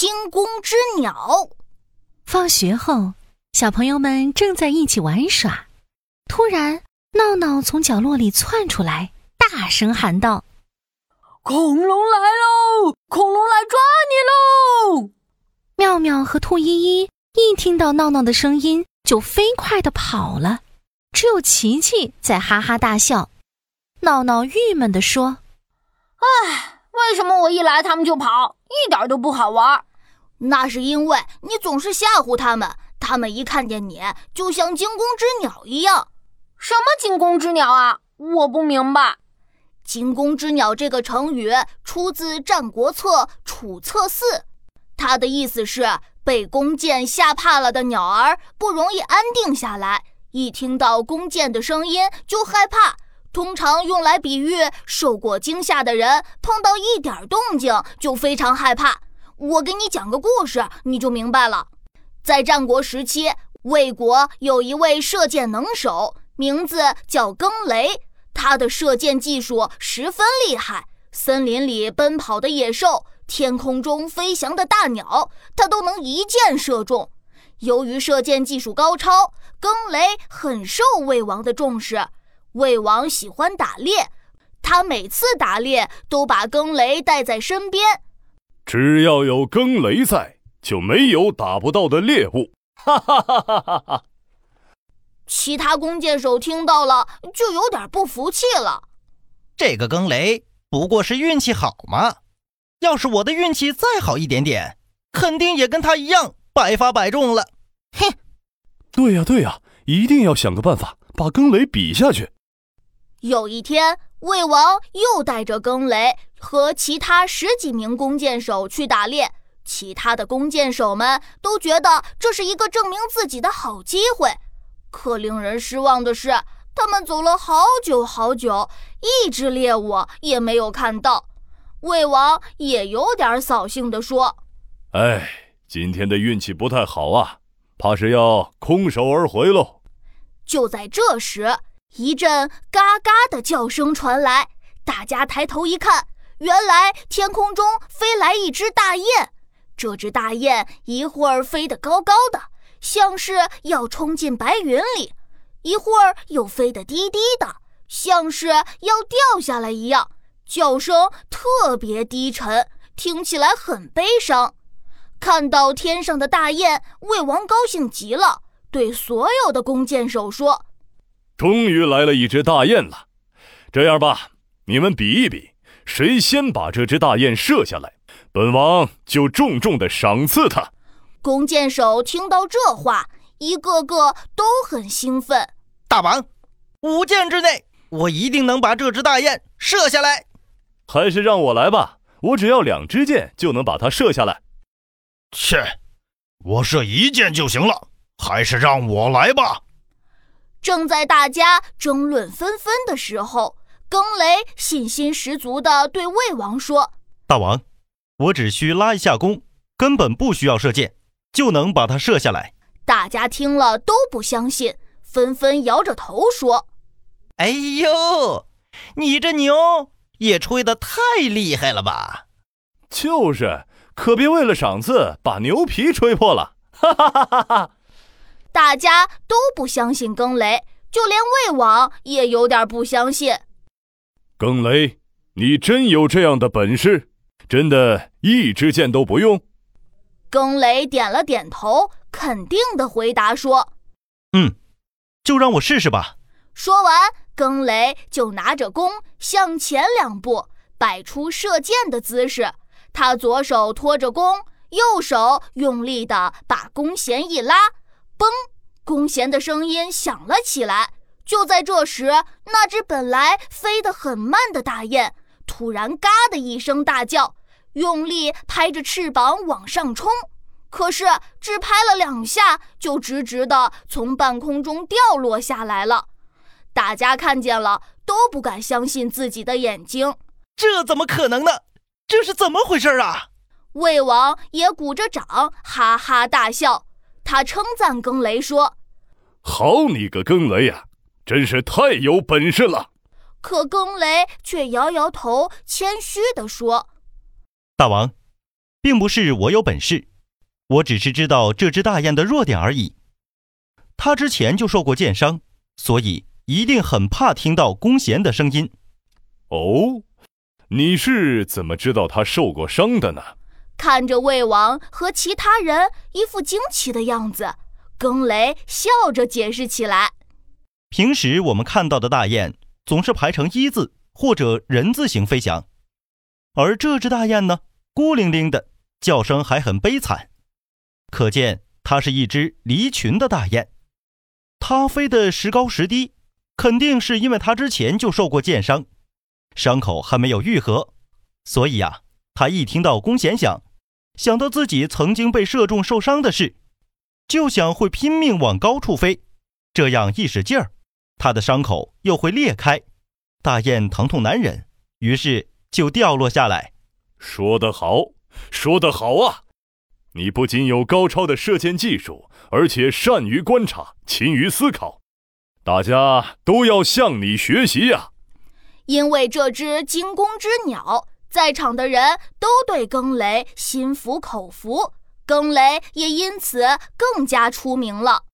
惊弓之鸟。 放学后，小朋友们正在一起玩耍，突然闹闹从角落里窜出来，大声喊道： 恐龙来喽！恐龙来抓你喽！ 妙妙和兔依依一听到闹闹的声音就飞快地跑了，只有琪琪在哈哈大笑。闹闹郁闷地说： 为什么我一来他们就跑，一点都不好玩？ 那是因为你总是吓唬他们，他们一看见你就像惊弓之鸟一样。 什么惊弓之鸟啊？我不明白。 惊弓之鸟这个成语出自《战国策·楚策四》，它的意思是被弓箭吓怕了的鸟儿不容易安定下来，一听到弓箭的声音就害怕，通常用来比喻受过惊吓的人碰到一点动静就非常害怕。我给你讲个故事，你就明白了。在战国时期，魏国有一位射箭能手，名字叫更雷，他的射箭技术十分厉害，森林里奔跑的野兽，天空中飞翔的大鸟，他都能一箭射中。由于射箭技术高超，更雷很受魏王的重视。魏王喜欢打猎，他每次打猎都把更雷带在身边。 只要有更雷在，就没有打不到的猎物。哈哈哈哈哈哈！ 其他弓箭手听到了，就有点不服气了。 这个更雷不过是运气好嘛，要是我的运气再好一点点，肯定也跟他一样百发百中了。哼！ 对呀，一定要想个办法把更雷比下去。 有一天，魏王又带着更雷和其他10几名弓箭手去打猎，其他的弓箭手们都觉得这是一个证明自己的好机会。可令人失望的是，他们走了好久好久，一只猎物也没有看到。魏王也有点扫兴地说： 今天的运气不太好啊，怕是要空手而回喽。 就在这时，一阵嘎嘎的叫声传来，大家抬头一看，原来天空中飞来一只大雁。这只大雁一会儿飞得高高的，像是要冲进白云里，一会儿又飞得低低的，像是要掉下来一样，叫声特别低沉，听起来很悲伤。看到天上的大雁，魏王高兴极了，对所有的弓箭手说： 终于来了一只大雁了，这样吧，你们比一比，谁先把这只大雁射下来，本王就重重地赏赐他。 弓箭手听到这话，一个个都很兴奋。 大王，5箭之内，我一定能把这只大雁射下来。 还是让我来吧，我只要2支箭就能把它射下来。 切，我射1箭就行了，还是让我来吧。 正在大家争论纷纷的时候，更雷信心十足地对魏王说： 大王，我只需拉一下弓，根本不需要射箭，就能把它射下来。 大家听了都不相信，纷纷摇着头说： 哎呦，你这牛也吹得太厉害了吧。 就是，可别为了赏赐把牛皮吹破了。哈哈哈哈哈！ 大家都不相信更雷，就连魏王也有点不相信。 更雷，你真有这样的本事？真的1支箭都不用？ 更雷点了点头，肯定地回答说： 就让我试试吧。 说完，更雷就拿着弓向前2步，摆出射箭的姿势。他左手托着弓，右手用力地把弓弦一拉，嘣，弓弦的声音响了起来。就在这时，那只本来飞得很慢的大雁突然嘎的一声大叫，用力拍着翅膀往上冲，可是只拍了2下，就直直地从半空中掉落下来了。大家看见了，都不敢相信自己的眼睛。 这怎么可能呢？这是怎么回事啊？ 魏王也鼓着掌，哈哈大笑。他称赞更雷说： 好你个更雷呀，真是太有本事了。 可更雷却摇摇头，谦虚地说： 大王， 并不是我有本事，我只是知道这只大雁的弱点而已。它之前就受过箭伤，所以一定很怕听到弓弦的声音。 哦，你是怎么知道它受过伤的呢？ 看着魏王和其他人一副惊奇的样子，更雷笑着解释起来。 平时我们看到的大雁总是排成一字或者人字形飞翔，而这只大雁呢，孤零零的，叫声还很悲惨，可见它是一只离群的大雁。它飞得时高时低，肯定是因为它之前就受过箭伤，伤口还没有愈合，所以啊，它一听到弓弦响，想到自己曾经被射中受伤的事，就想会拼命往高处飞，这样一使劲儿，它的伤口又会裂开，大雁疼痛难忍，于是就掉落下来。 说得好，说得好啊！你不仅有高超的射箭技术，而且善于观察，勤于思考，大家都要向你学习呀！ 因为这只惊弓之鸟，在场的人都对更雷心服口服，更雷也因此更加出名了。